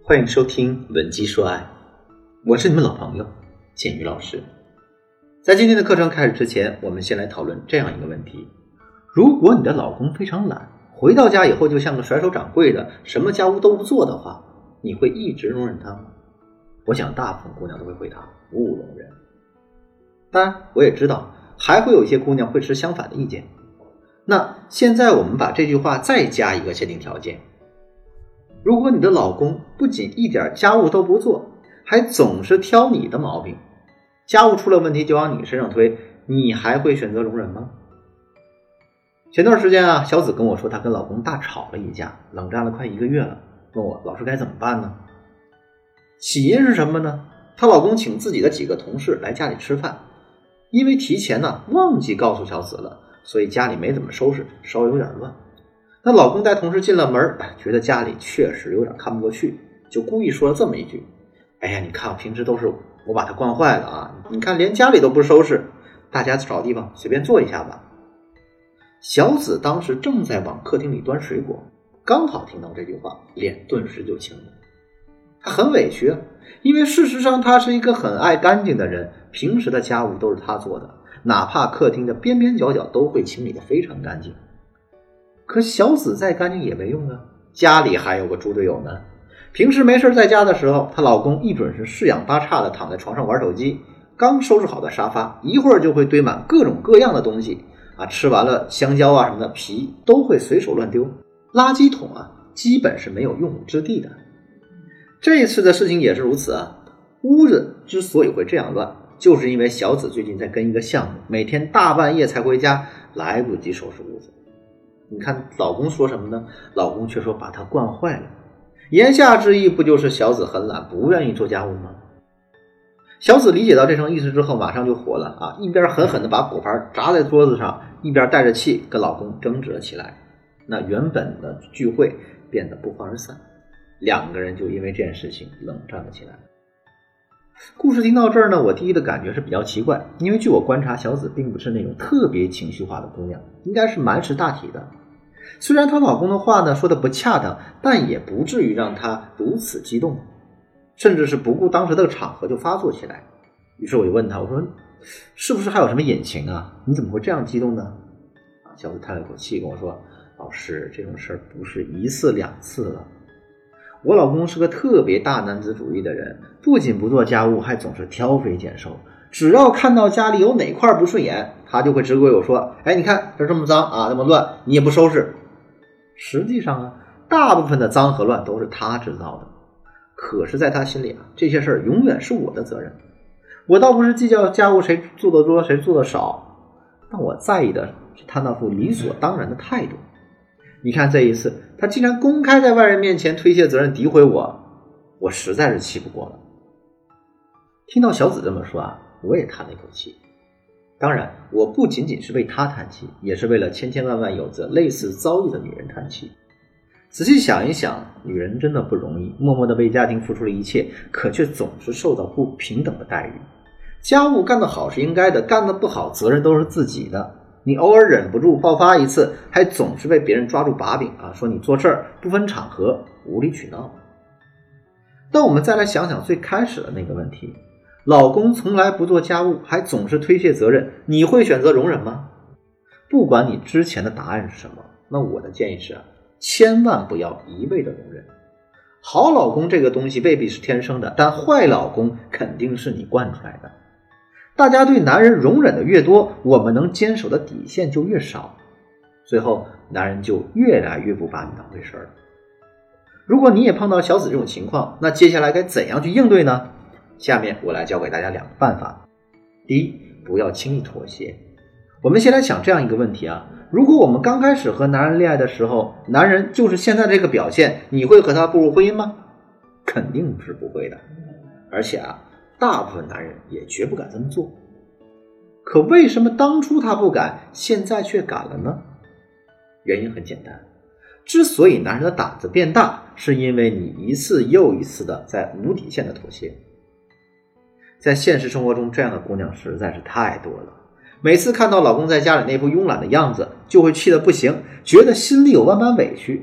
欢迎收听文姬说爱，我是你们老朋友建宇老师。在今天的课程开始之前，我们先来讨论这样一个问题：如果你的老公非常懒，回到家以后就像个甩手掌柜的，什么家务都不做的话，你会一直容忍他吗？我想大部分姑娘都会回答不容忍。当然我也知道还会有一些姑娘会持相反的意见。那现在我们把这句话再加一个限定条件：如果你的老公不仅一点家务都不做，还总是挑你的毛病，家务出了问题就往你身上推，你还会选择容忍吗？前段时间小紫跟我说她跟老公大吵了一架，冷战了快1个月了，问我老师该怎么办呢？起因是什么呢？她老公请自己的几个同事来家里吃饭，因为提前忘记告诉小紫了，所以家里没怎么收拾，稍微有点乱。那老公带同事进了门，觉得家里确实有点看不过去，就故意说了这么一句：哎呀，你看我平时都是我把他惯坏了啊，你看连家里都不收拾，大家找地方随便坐一下吧。小紫当时正在往客厅里端水果，刚好听到这句话，脸顿时就青了。她很委屈因为事实上她是一个很爱干净的人，平时的家务都是她做的，哪怕客厅的边边角角都会清理得非常干净。可小紫再干净也没用家里还有个猪队友呢。平时没事在家的时候，她老公一准是四仰八叉的躺在床上玩手机，刚收拾好的沙发一会儿就会堆满各种各样的东西吃完了香蕉什么的皮都会随手乱丢，垃圾桶基本是没有用武之地的。这一次的事情也是如此屋子之所以会这样乱，就是因为小紫最近在跟一个项目，每天大半夜才回家，来不及收拾屋子。你看老公说什么呢？老公却说把她惯坏了，言下之意不就是小紫很懒，不愿意做家务吗？小紫理解到这层意思之后，马上就火了一边狠狠地把果盘砸在桌子上，一边带着气跟老公争执了起来。那原本的聚会变得不欢而散，两个人就因为这件事情冷战了起来。故事听到这儿呢，我第一的感觉是比较奇怪，因为据我观察，小紫并不是那种特别情绪化的姑娘，应该是蛮识大体的。虽然她老公的话呢说的不恰当，但也不至于让她如此激动，甚至是不顾当时的场合就发作起来。于是我就问她，我说是不是还有什么隐情你怎么会这样激动呢？小紫叹了口气跟我说，老师，这种事儿不是1次2次了。我老公是个特别大男子主义的人，不仅不做家务，还总是挑肥拣瘦。只要看到家里有哪块不顺眼，他就会直归我说，你看这么脏那么乱，你也不收拾。实际上大部分的脏和乱都是他制造的，可是在他心里这些事儿永远是我的责任。我倒不是计较家务谁做的多谁做的少，但我在意的是他那副理所当然的态度。你看这一次他竟然公开在外人面前推卸责任诋毁我实在是气不过了。听到小紫这么说我也叹了一口气。当然我不仅仅是为他叹气，也是为了千千万万有着类似遭遇的女人叹气。仔细想一想，女人真的不容易，默默地为家庭付出了一切，可却总是受到不平等的待遇。家务干得好是应该的，干得不好责任都是自己的。你偶尔忍不住爆发一次，还总是被别人抓住把柄说你做事儿不分场合，无理取闹。但我们再来想想最开始的那个问题，老公从来不做家务，还总是推卸责任，你会选择容忍吗？不管你之前的答案是什么，那我的建议是千万不要一味的容忍。好老公这个东西未必是天生的，但坏老公肯定是你惯出来的。大家对男人容忍的越多，我们能坚守的底线就越少，最后男人就越来越不把你当回事了。如果你也碰到小紫这种情况，那接下来该怎样去应对呢？下面我来教给大家2个办法。第一，不要轻易妥协。我们先来想这样一个问题如果我们刚开始和男人恋爱的时候，男人就是现在这个表现，你会和他步入婚姻吗？肯定是不会的。而且大部分男人也绝不敢这么做。可为什么当初他不敢，现在却敢了呢？原因很简单，之所以男人的胆子变大，是因为你一次又一次的在无底线的妥协。在现实生活中，这样的姑娘实在是太多了。每次看到老公在家里那副慵懒的样子，就会气得不行，觉得心里有万般委屈。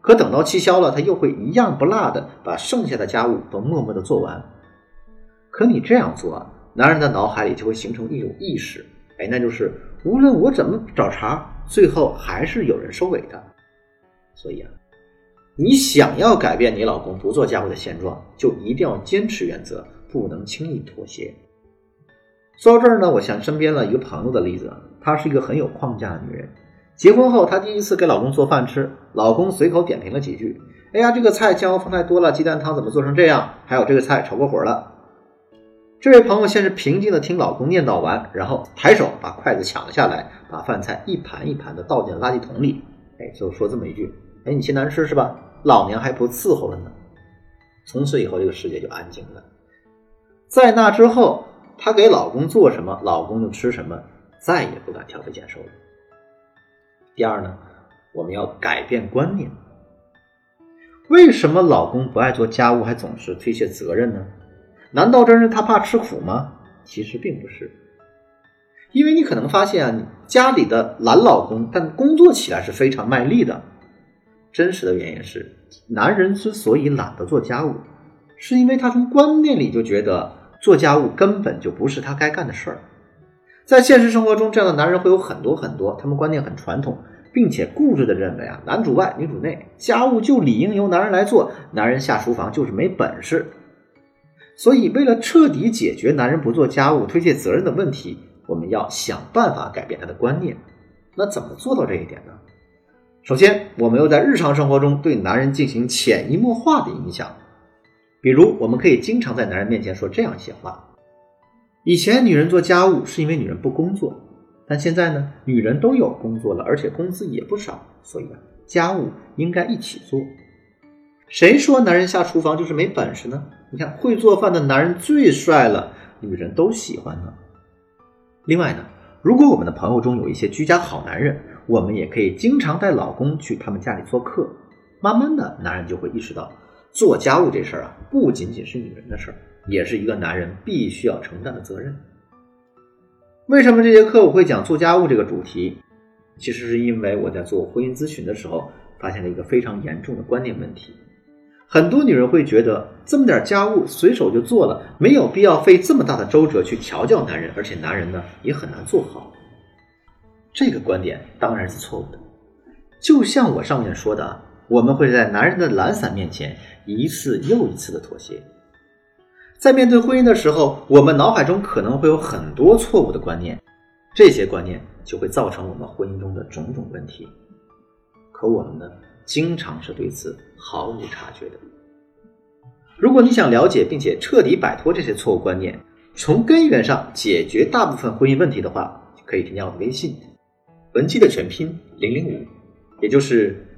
可等到气消了，他又会一样不落的把剩下的家务都默默的做完。可你这样做啊，男人的脑海里就会形成一种意识，那就是无论我怎么找茬，最后还是有人收尾的。所以啊，你想要改变你老公不做家务的现状，就一定要坚持原则，不能轻易妥协。说到这儿呢，我想身边了一个朋友的例子，她是一个很有框架的女人。结婚后，她第一次给老公做饭吃，老公随口点评了几句，哎呀，这个菜酱油放太多了，鸡蛋汤怎么做成这样，还有这个菜炒过火了。这位朋友先是平静地听老公念叨完，然后抬手把筷子抢了下来，把饭菜一盘一盘地倒进垃圾桶里，就说这么一句，你嫌难吃是吧？老娘还不伺候了呢。从此以后，这个世界就安静了。在那之后，她给老公做什么，老公就吃什么，再也不敢挑肥拣瘦了。第二呢，我们要改变观念。为什么老公不爱做家务还总是推卸责任呢？难道真是他怕吃苦吗？其实并不是。因为你可能发现你家里的懒老公，但工作起来是非常卖力的。真实的原因是，男人之所以懒得做家务，是因为他从观念里就觉得做家务根本就不是他该干的事儿。在现实生活中，这样的男人会有很多，他们观念很传统，并且固执地认为男主外女主内，家务就理应由男人来做，男人下厨房就是没本事。所以为了彻底解决男人不做家务推卸责任的问题，我们要想办法改变他的观念。那怎么做到这一点呢？首先，我们要在日常生活中对男人进行潜移默化的影响。比如我们可以经常在男人面前说这样一些话：以前女人做家务是因为女人不工作，但现在呢，女人都有工作了，而且工资也不少，所以家务应该一起做。谁说男人下厨房就是没本事呢？你看，会做饭的男人最帅了，女人都喜欢呢。另外呢，如果我们的朋友中有一些居家好男人，我们也可以经常带老公去他们家里做客，慢慢的男人就会意识到，做家务这事儿不仅仅是女人的事儿，也是一个男人必须要承担的责任。为什么这节课我会讲做家务这个主题？其实是因为我在做婚姻咨询的时候，发现了一个非常严重的观念问题。很多女人会觉得这么点家务随手就做了，没有必要费这么大的周折去调教男人，而且男人呢也很难做好。这个观点当然是错误的。就像我上面说的，我们会在男人的懒散面前一次又一次的妥协。在面对婚姻的时候，我们脑海中可能会有很多错误的观念，这些观念就会造成我们婚姻中的种种问题。可我们呢，经常是对此毫无察觉的。如果你想了解并且彻底摆脱这些错误观念，从根源上解决大部分婚姻问题的话，可以添加我的微信，文姬的全拼005，也就是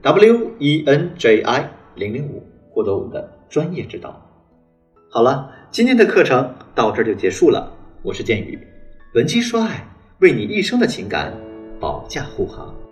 WENJI 005，获得我们的专业指导。好了，今天的课程到这就结束了。我是建宇，文姬说爱，为你一生的情感保驾护航。